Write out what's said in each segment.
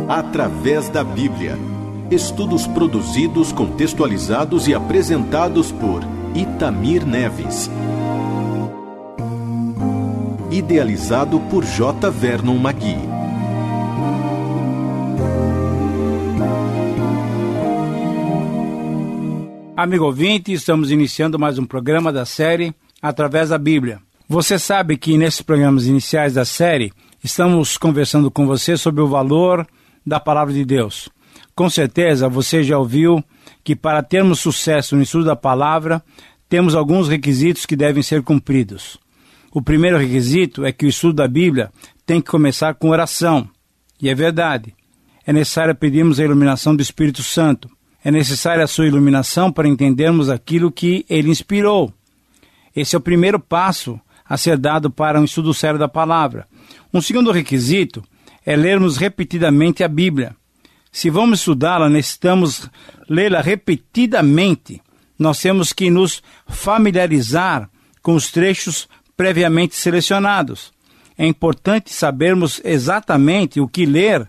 Através da Bíblia. Estudos produzidos, contextualizados e apresentados por Itamir Neves. Idealizado por J. Vernon Magui. Amigo ouvinte, estamos iniciando mais um programa da série Através da Bíblia. Você sabe que nesses programas iniciais da série, estamos conversando com você sobre o valor da Palavra de Deus. Com certeza você já ouviu que para termos sucesso no estudo da Palavra, temos alguns requisitos que devem ser cumpridos. O primeiro requisito é que o estudo da Bíblia tem que começar com oração. E é verdade. É necessário pedirmos a iluminação do Espírito Santo. É necessária a sua iluminação para entendermos aquilo que ele inspirou. Esse é o primeiro passo a ser dado para um estudo sério da palavra. Um segundo requisito é lermos repetidamente a Bíblia. Se vamos estudá-la, necessitamos lê-la repetidamente. Nós temos que nos familiarizar com os trechos previamente selecionados. É importante sabermos exatamente o que ler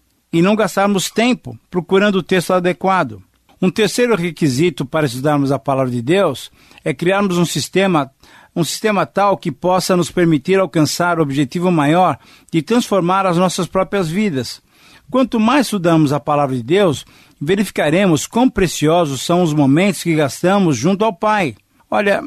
e não gastarmos tempo procurando o texto adequado. Um terceiro requisito para estudarmos a Palavra de Deus é criarmos um sistema tal que possa nos permitir alcançar o objetivo maior de transformar as nossas próprias vidas. Quanto mais estudamos a Palavra de Deus, verificaremos quão preciosos são os momentos que gastamos junto ao Pai. Olha,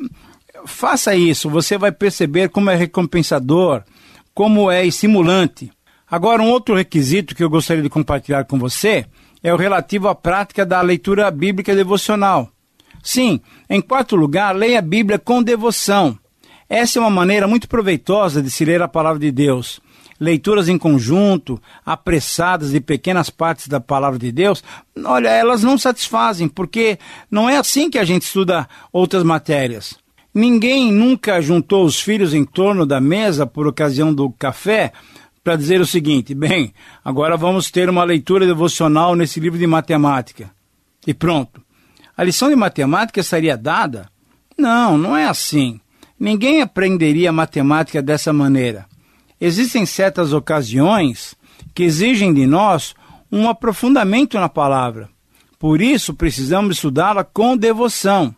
faça isso, você vai perceber como é recompensador, como é estimulante. Agora, um outro requisito que eu gostaria de compartilhar com você é o relativo à prática da leitura bíblica devocional. Sim, em quarto lugar, leia a Bíblia com devoção. Essa é uma maneira muito proveitosa de se ler a Palavra de Deus. Leituras em conjunto, apressadas de pequenas partes da Palavra de Deus, olha, elas não satisfazem, porque não é assim que a gente estuda outras matérias. Ninguém nunca juntou os filhos em torno da mesa por ocasião do café para dizer o seguinte: bem, agora vamos ter uma leitura devocional nesse livro de matemática. E pronto. A lição de matemática estaria dada? Não, não é assim. Ninguém aprenderia matemática dessa maneira. Existem certas ocasiões que exigem de nós um aprofundamento na palavra. Por isso, precisamos estudá-la com devoção.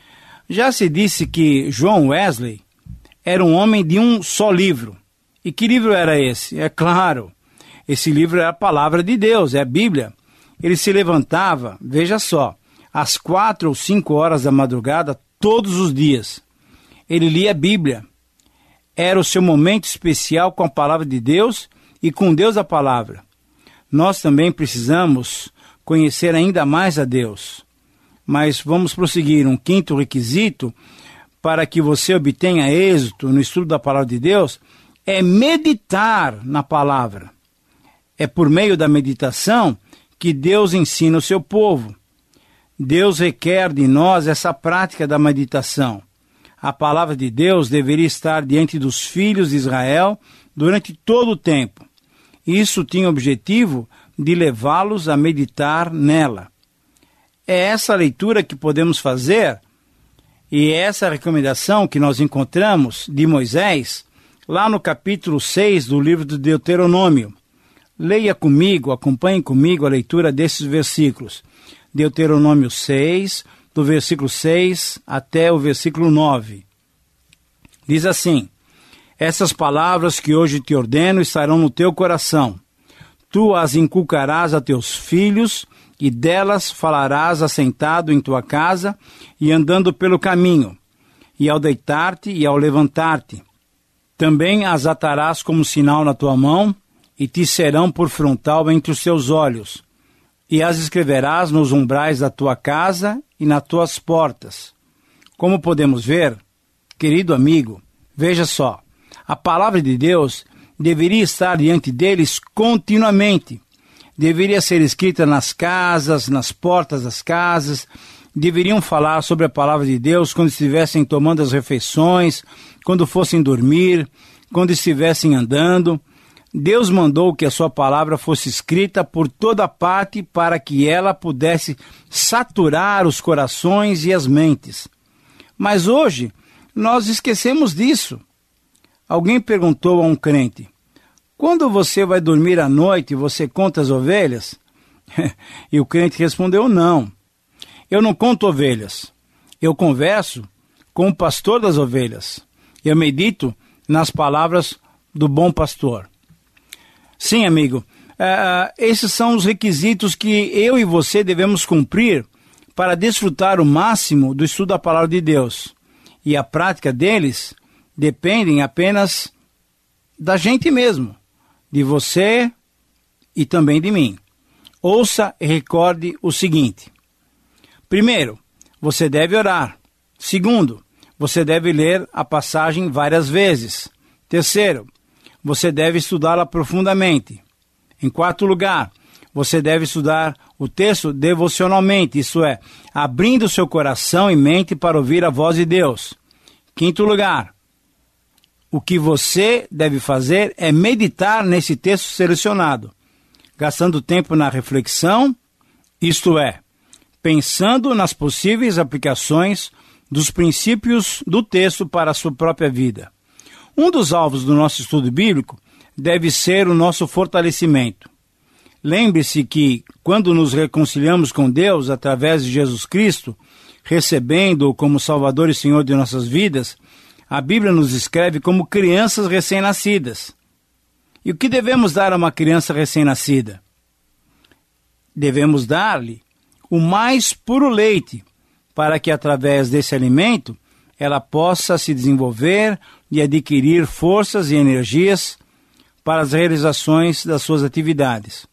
Já se disse que John Wesley era um homem de um só livro. E que livro era esse? É claro, esse livro era a Palavra de Deus, é a Bíblia. Ele se levantava, veja só, às 4 ou 5 horas da madrugada, todos os dias. Ele lia a Bíblia. Era o seu momento especial com a Palavra de Deus e com Deus a Palavra. Nós também precisamos conhecer ainda mais a Deus. Mas vamos prosseguir. Um quinto requisito para que você obtenha êxito no estudo da Palavra de Deus é meditar na Palavra. É por meio da meditação que Deus ensina o seu povo. Deus requer de nós essa prática da meditação. A Palavra de Deus deveria estar diante dos filhos de Israel durante todo o tempo. Isso tinha o objetivo de levá-los a meditar nela. É essa leitura que podemos fazer e é essa recomendação que nós encontramos de Moisés lá no capítulo 6 do livro de Deuteronômio. Leia comigo, acompanhe comigo a leitura desses versículos. Deuteronômio 6, do versículo 6 até o versículo 9. Diz assim: essas palavras que hoje te ordeno estarão no teu coração. Tu as inculcarás a teus filhos, e delas falarás assentado em tua casa e andando pelo caminho, e ao deitar-te e ao levantar-te. Também as atarás como sinal na tua mão, e te serão por frontal entre os teus olhos. E as escreverás nos umbrais da tua casa e nas tuas portas. Como podemos ver, querido amigo, veja só, a palavra de Deus deveria estar diante deles continuamente. Deveria ser escrita nas casas, nas portas das casas. Deveriam falar sobre a palavra de Deus quando estivessem tomando as refeições, quando fossem dormir, quando estivessem andando. Deus mandou que a sua palavra fosse escrita por toda parte para que ela pudesse saturar os corações e as mentes. Mas hoje, nós esquecemos disso. Alguém perguntou a um crente: Quando você vai dormir à noite, você conta as ovelhas? E o crente respondeu, não. Eu não conto ovelhas. Eu converso com o pastor das ovelhas. Eu medito nas palavras do bom pastor. Sim, amigo, esses são os requisitos que eu e você devemos cumprir para desfrutar o máximo do estudo da palavra de Deus. E a prática deles dependem apenas da gente mesmo, de você e também de mim. Ouça e recorde o seguinte. Primeiro, você deve orar. Segundo, você deve ler a passagem várias vezes. Terceiro, você deve estudá-la profundamente. Em quarto lugar, você deve estudar o texto devocionalmente, isto é, abrindo seu coração e mente para ouvir a voz de Deus. Quinto lugar, o que você deve fazer é meditar nesse texto selecionado, gastando tempo na reflexão, isto é, pensando nas possíveis aplicações dos princípios do texto para a sua própria vida. Um dos alvos do nosso estudo bíblico deve ser o nosso fortalecimento. Lembre-se que, quando nos reconciliamos com Deus através de Jesus Cristo, recebendo-o como Salvador e Senhor de nossas vidas, a Bíblia nos escreve como crianças recém-nascidas. E o que devemos dar a uma criança recém-nascida? Devemos dar-lhe o mais puro leite, para que através desse alimento ela possa se desenvolver e adquirir forças e energias para as realizações das suas atividades.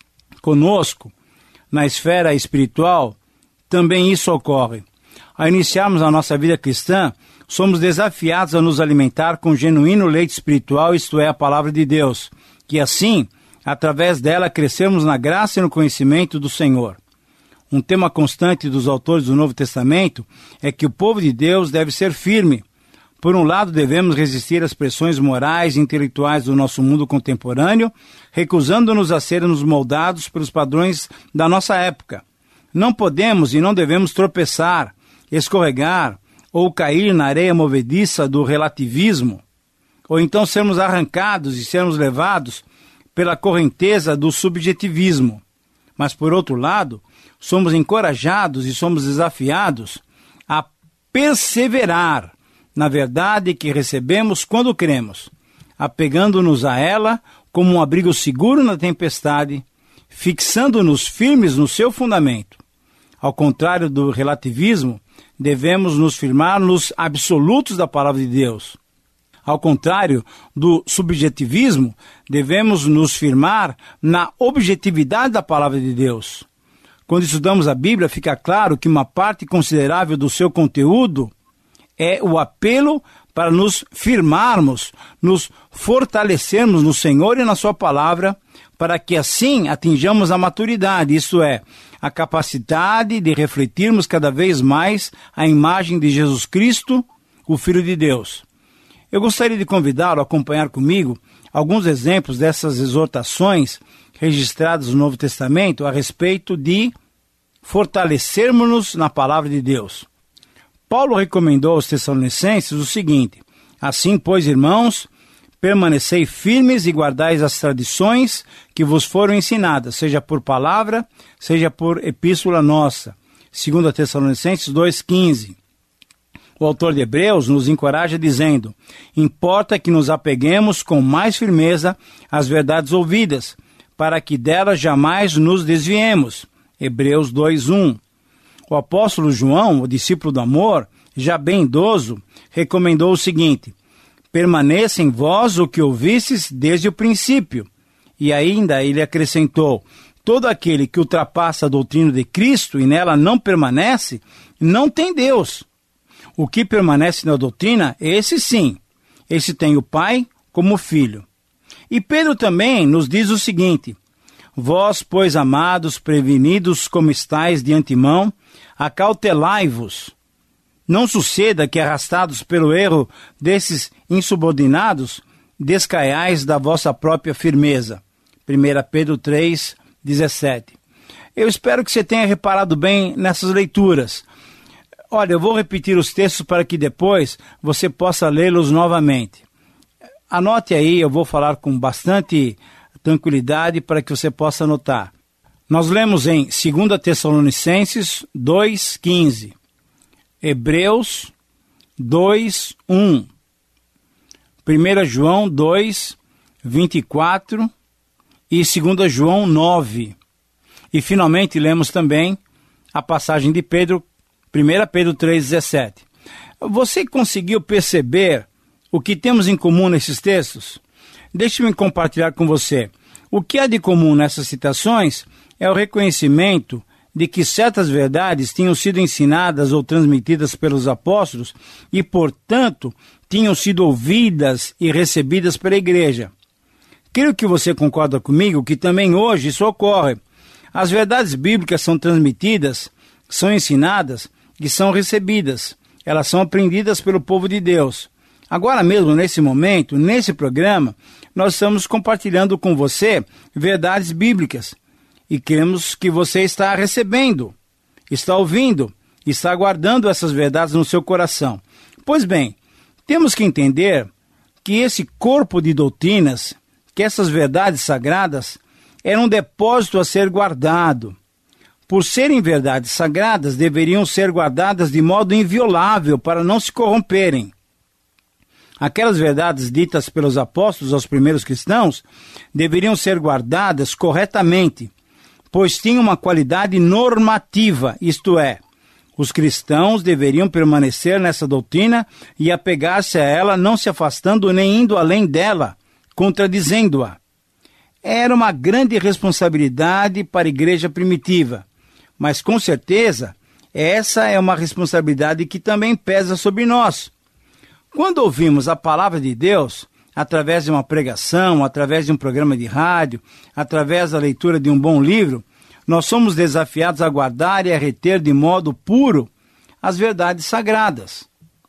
Conosco, na esfera espiritual, também isso ocorre. Ao iniciarmos a nossa vida cristã, somos desafiados a nos alimentar com genuíno leite espiritual, isto é, a palavra de Deus, que assim, através dela, crescermos na graça e no conhecimento do Senhor. Um tema constante dos autores do Novo Testamento é que o povo de Deus deve ser firme. Por um lado, devemos resistir às pressões morais e intelectuais do nosso mundo contemporâneo, recusando-nos a sermos moldados pelos padrões da nossa época. Não podemos e não devemos tropeçar, escorregar ou cair na areia movediça do relativismo, ou então sermos arrancados e sermos levados pela correnteza do subjetivismo. Mas, por outro lado, somos encorajados e somos desafiados a perseverar na verdade que recebemos quando cremos, apegando-nos a ela como um abrigo seguro na tempestade, fixando-nos firmes no seu fundamento. Ao contrário do relativismo, devemos nos firmar nos absolutos da palavra de Deus. Ao contrário do subjetivismo, devemos nos firmar na objetividade da palavra de Deus. Quando estudamos a Bíblia, fica claro que uma parte considerável do seu conteúdo é o apelo para nos firmarmos, nos fortalecermos no Senhor e na sua palavra, para que assim atinjamos a maturidade, isto é, a capacidade de refletirmos cada vez mais a imagem de Jesus Cristo, o Filho de Deus. Eu gostaria de convidá-lo a acompanhar comigo alguns exemplos dessas exortações registradas no Novo Testamento a respeito de fortalecermos-nos na palavra de Deus. Paulo recomendou aos Tessalonicenses o seguinte: assim, pois, irmãos, permanecei firmes e guardais as tradições que vos foram ensinadas, seja por palavra, seja por epístola nossa. 2 Tessalonicenses 2,15. O autor de Hebreus nos encoraja dizendo: importa que nos apeguemos com mais firmeza às verdades ouvidas, para que delas jamais nos desviemos. Hebreus 2,1. O apóstolo João, o discípulo do amor, já bem idoso, recomendou o seguinte: permaneça em vós o que ouvistes desde o princípio. E ainda ele acrescentou: todo aquele que ultrapassa a doutrina de Cristo e nela não permanece, não tem Deus. O que permanece na doutrina, esse sim, esse tem o Pai como filho. E Pedro também nos diz o seguinte: vós, pois, amados, prevenidos como estáis de antemão, acautelai-vos. Não suceda que, arrastados pelo erro desses insubordinados, descaiais da vossa própria firmeza. 1 Pedro 3,17. Eu espero que você tenha reparado bem nessas leituras. Olha, eu vou repetir os textos para que depois você possa lê-los novamente. anote aí, eu vou falar com bastante tranquilidade para que você possa anotar. Nós lemos em 2 Tessalonicenses 2,15, Hebreus 2,1, 1 João 2,24 e 2 João 9. E finalmente lemos também a passagem de Pedro, 1 Pedro 3,17. Você conseguiu perceber o que temos em comum nesses textos? Deixe-me compartilhar com você. O que há de comum nessas citações é o reconhecimento de que certas verdades tinham sido ensinadas ou transmitidas pelos apóstolos e, portanto, tinham sido ouvidas e recebidas pela igreja. Creio que você concorda comigo que também hoje isso ocorre. As verdades bíblicas são transmitidas, são ensinadas e são recebidas. Elas são aprendidas pelo povo de Deus. Agora mesmo, nesse momento, nesse programa, nós estamos compartilhando com você verdades bíblicas. E queremos que você está recebendo, está ouvindo, está guardando essas verdades no seu coração. Pois bem, temos que entender que esse corpo de doutrinas, que essas verdades sagradas, era um depósito a ser guardado. Por serem verdades sagradas, deveriam ser guardadas de modo inviolável para não se corromperem. Aquelas verdades ditas pelos apóstolos aos primeiros cristãos deveriam ser guardadas corretamente, pois tinham uma qualidade normativa, isto é, os cristãos deveriam permanecer nessa doutrina e apegar-se a ela, não se afastando nem indo além dela, contradizendo-a. Era uma grande responsabilidade para a igreja primitiva, mas com certeza essa é uma responsabilidade que também pesa sobre nós. Quando ouvimos a palavra de Deus, através de uma pregação, através de um programa de rádio, através da leitura de um bom livro, nós somos desafiados a guardar e a reter de modo puro as verdades sagradas.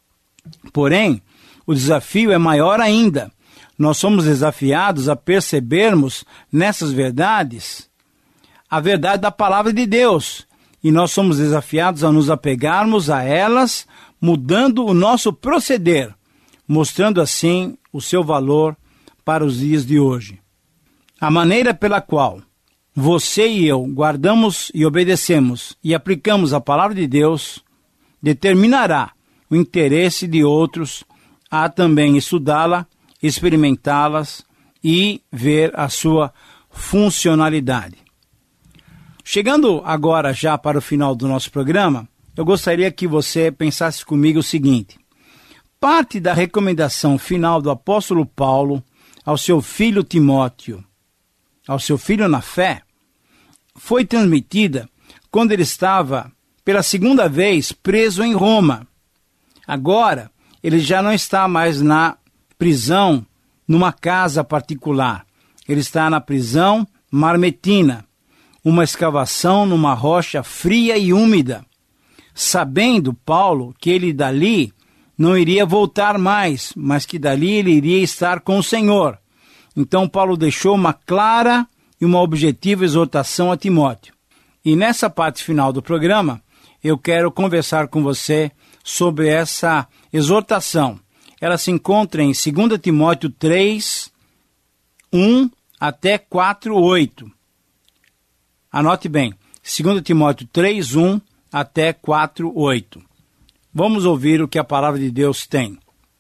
Porém, o desafio é maior ainda. Nós somos desafiados a percebermos nessas verdades a verdade da palavra de Deus. E nós somos desafiados a nos apegarmos a elas, mudando o nosso proceder, mostrando assim o seu valor para os dias de hoje. A maneira pela qual você e eu guardamos e obedecemos e aplicamos a palavra de Deus determinará o interesse de outros a também estudá-la, experimentá-las e ver a sua funcionalidade. Chegando agora já para o final do nosso programa, eu gostaria que você pensasse comigo o seguinte: parte da recomendação final do apóstolo Paulo ao seu filho Timóteo, ao seu filho na fé, foi transmitida quando ele estava pela segunda vez preso em Roma. Agora, ele já não está mais na prisão, numa casa particular. Ele está na prisão marmetina, uma escavação numa rocha fria e úmida. Sabendo Paulo que ele dali não iria voltar mais, mas que dali ele iria estar com o Senhor. Então Paulo deixou uma clara e uma objetiva exortação a Timóteo. E nessa parte final do programa, eu quero conversar com você sobre essa exortação. Ela se encontra em 2 Timóteo 3, 1 até 4, 8. Anote bem, 2 Timóteo 3, 1 até 4, 8. Vamos ouvir o que a palavra de Deus tem.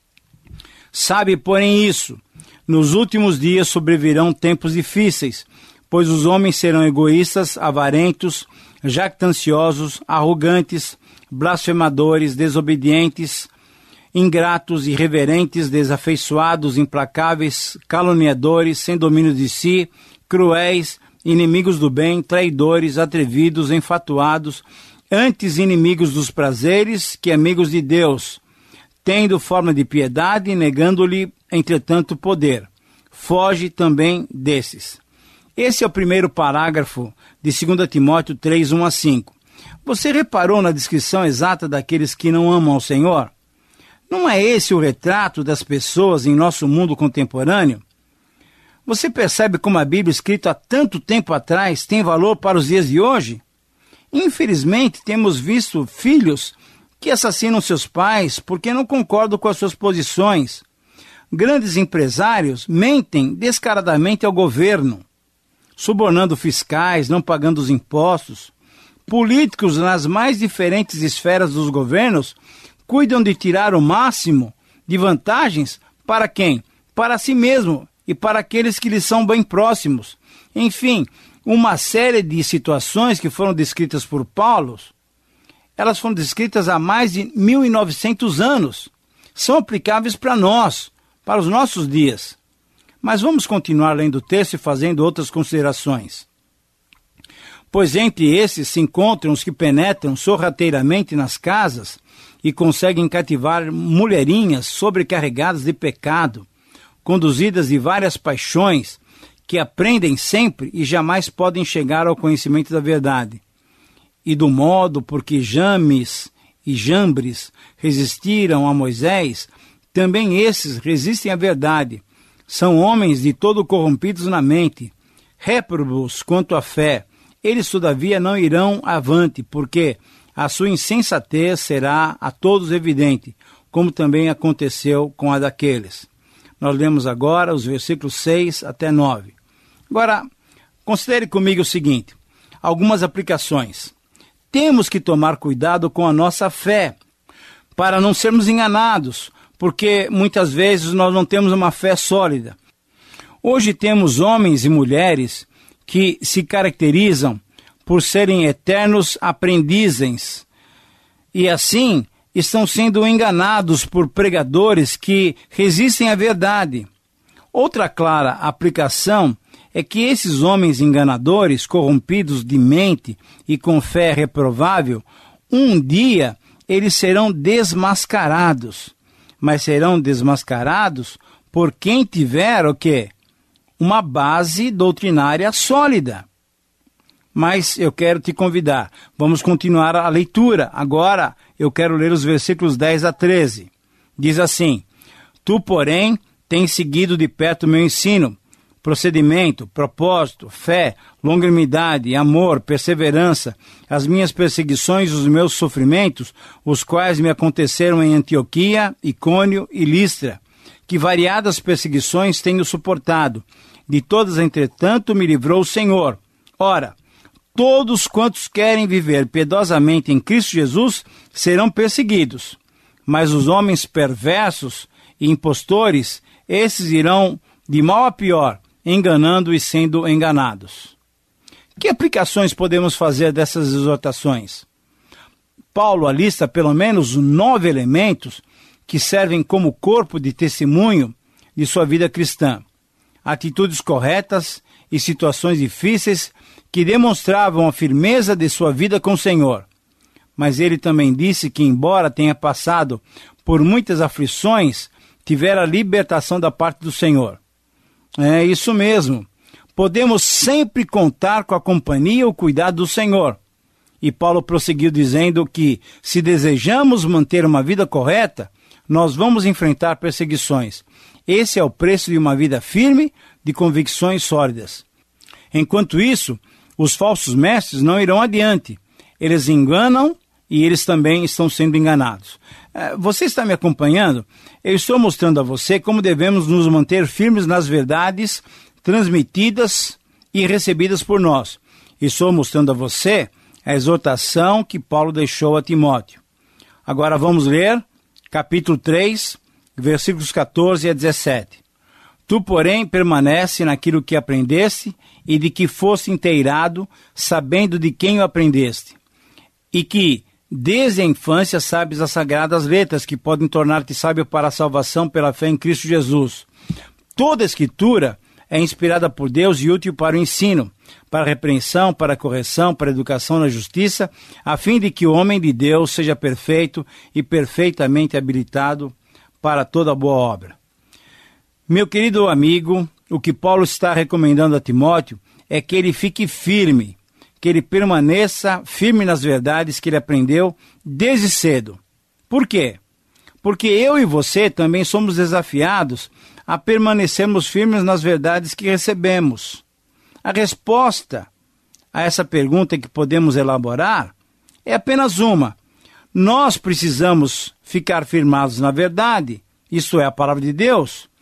Sabe, porém, isso, nos últimos dias sobrevirão tempos difíceis, pois os homens serão egoístas, avarentos, jactanciosos, arrogantes, blasfemadores, desobedientes, ingratos, irreverentes, desafeiçoados, implacáveis, caluniadores, sem domínio de si, cruéis, inimigos do bem, traidores, atrevidos, enfatuados, antes inimigos dos prazeres que amigos de Deus, tendo forma de piedade, negando-lhe, entretanto, poder. Foge também desses. Esse é o primeiro parágrafo de 2 Timóteo 3, 1 a 5. Você reparou na descrição exata daqueles que não amam ao Senhor? Não é esse o retrato das pessoas em nosso mundo contemporâneo? Você percebe como a Bíblia, escrita há tanto tempo atrás, tem valor para os dias de hoje? Infelizmente, temos visto filhos que assassinam seus pais porque não concordam com as suas posições. Grandes empresários mentem descaradamente ao governo, subornando fiscais, não pagando os impostos. Políticos nas mais diferentes esferas dos governos cuidam de tirar o máximo de vantagens para quem? Para si mesmo e para aqueles que lhes são bem próximos. Enfim, uma série de situações que foram descritas por Paulo, elas foram descritas há mais de 1900 anos. São aplicáveis para nós, para os nossos dias. Mas vamos continuar lendo o texto e fazendo outras considerações. Pois entre esses se encontram os que penetram sorrateiramente nas casas e conseguem cativar mulherinhas sobrecarregadas de pecado, conduzidas de várias paixões, que aprendem sempre e jamais podem chegar ao conhecimento da verdade. E do modo por que James e Jambres resistiram a Moisés, também esses resistem à verdade. São homens de todo corrompidos na mente, réprobos quanto à fé. Eles, todavia, não irão avante, porque a sua insensatez será a todos evidente, como também aconteceu com a daqueles. Nós lemos agora os versículos 6 até 9. Agora, considere comigo o seguinte, algumas aplicações. Temos que tomar cuidado com a nossa fé, para não sermos enganados, porque muitas vezes nós não temos uma fé sólida. Hoje temos homens e mulheres que se caracterizam por serem eternos aprendizes e assim estão sendo enganados por pregadores que resistem à verdade. Outra clara aplicação é que esses homens enganadores, corrompidos de mente e com fé reprovável, um dia eles serão desmascarados, mas serão desmascarados por quem tiver o quê? Uma base doutrinária sólida. Mas eu quero te convidar, vamos continuar a leitura. Agora eu quero ler os versículos 10 a 13. Diz assim: Tu, porém, tens seguido de perto o meu ensino, procedimento, propósito, fé, longanimidade, amor, perseverança, as minhas perseguições e os meus sofrimentos, os quais me aconteceram em Antioquia, Icônio e Listra, que variadas perseguições tenho suportado. De todas, entretanto, me livrou o Senhor. Ora, todos quantos querem viver piedosamente em Cristo Jesus serão perseguidos, mas os homens perversos e impostores, esses irão de mal a pior, enganando e sendo enganados. Que aplicações podemos fazer dessas exortações? Paulo alista pelo menos 9 elementos que servem como corpo de testemunho de sua vida cristã. Atitudes corretas e situações difíceis que demonstravam a firmeza de sua vida com o Senhor. Mas ele também disse que, embora tenha passado por muitas aflições, tivera libertação da parte do Senhor. É isso mesmo. Podemos sempre contar com a companhia e o cuidado do Senhor. E Paulo prosseguiu dizendo que, se desejamos manter uma vida correta, nós vamos enfrentar perseguições. Esse é o preço de uma vida firme, de convicções sólidas. Enquanto isso, os falsos mestres não irão adiante. Eles enganam e eles também estão sendo enganados. Você está me acompanhando? Eu estou mostrando a você como devemos nos manter firmes nas verdades transmitidas e recebidas por nós. Estou mostrando a você a exortação que Paulo deixou a Timóteo. Agora vamos ler capítulo 3, versículos 14 a 17. Tu, porém, permanece naquilo que aprendeste e de que foste inteirado, sabendo de quem o aprendeste, e que desde a infância sabes as sagradas letras que podem tornar-te sábio para a salvação pela fé em Cristo Jesus. Toda a Escritura é inspirada por Deus e útil para o ensino, para a repreensão, para a correção, para a educação na justiça, a fim de que o homem de Deus seja perfeito e perfeitamente habilitado para toda boa obra. Meu querido amigo, o que Paulo está recomendando a Timóteo é que ele fique firme, que ele permaneça firme nas verdades que ele aprendeu desde cedo. Por quê? Porque eu e você também somos desafiados a permanecermos firmes nas verdades que recebemos. A resposta a essa pergunta que podemos elaborar é apenas uma. Nós precisamos ficar firmados na verdade, isso é a palavra de Deus,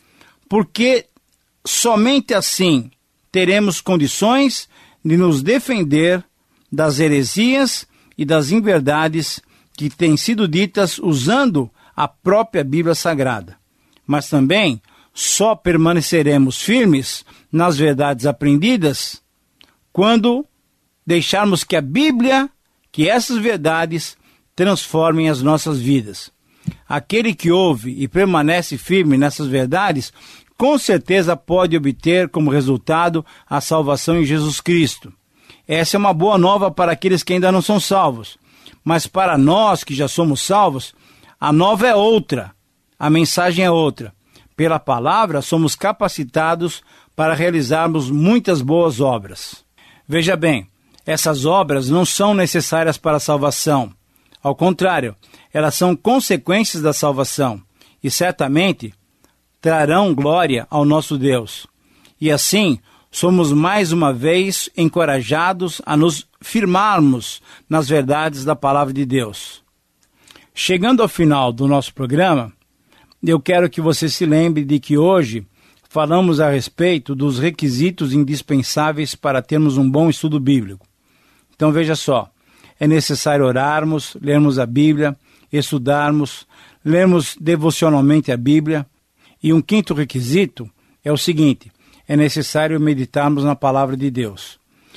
porque somente assim teremos condições de nos defender das heresias e das inverdades que têm sido ditas usando a própria Bíblia Sagrada. Mas também só permaneceremos firmes nas verdades aprendidas quando deixarmos que a Bíblia, que essas verdades transformem as nossas vidas. Aquele que ouve e permanece firme nessas verdades, com certeza pode obter como resultado a salvação em Jesus Cristo. Essa é uma boa nova para aqueles que ainda não são salvos. Mas para nós que já somos salvos, a nova é outra, a mensagem é outra. Pela palavra, somos capacitados para realizarmos muitas boas obras. Veja bem, essas obras não são necessárias para a salvação. Ao contrário, elas são consequências da salvação e certamente trarão glória ao nosso Deus. E assim, somos mais uma vez encorajados a nos firmarmos nas verdades da palavra de Deus. Chegando ao final do nosso programa, eu quero que você se lembre de que hoje falamos a respeito dos requisitos indispensáveis para termos um bom estudo bíblico. Então veja só, é necessário orarmos, lermos a Bíblia, estudarmos, lermos devocionalmente a Bíblia. E um quinto requisito é o seguinte, é necessário meditarmos na palavra de Deus.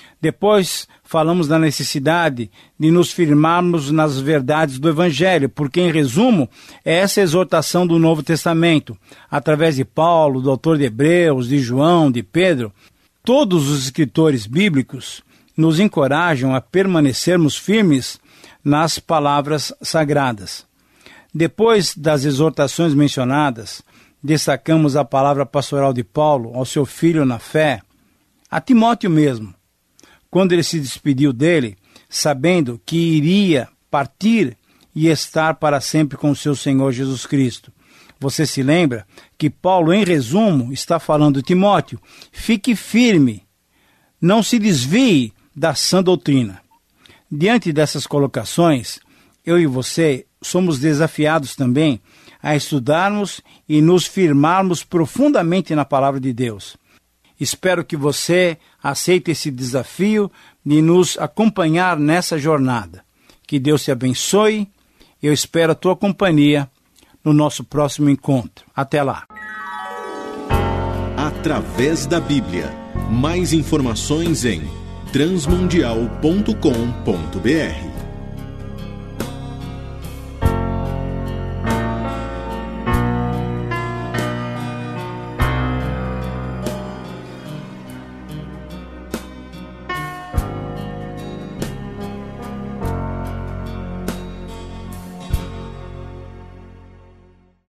Depois falamos da necessidade de nos firmarmos nas verdades do Evangelho, porque, em resumo, é essa exortação do Novo Testamento, através de Paulo, do autor de Hebreus, de João, de Pedro. Todos os escritores bíblicos nos encorajam a permanecermos firmes nas palavras sagradas. Depois das exortações mencionadas, destacamos a palavra pastoral de Paulo ao seu filho na fé, a Timóteo mesmo, quando ele se despediu dele, sabendo que iria partir e estar para sempre com o seu Senhor Jesus Cristo. Você se lembra que Paulo, em resumo, está falando, Timóteo, fique firme, não se desvie da sã doutrina. Diante dessas colocações, eu e você somos desafiados também a estudarmos e nos firmarmos profundamente na palavra de Deus. Espero que você aceite esse desafio de nos acompanhar nessa jornada. Que Deus te abençoe. Eu espero a tua companhia no nosso próximo encontro. Até lá. Através da Bíblia. Mais informações em transmundial.com.br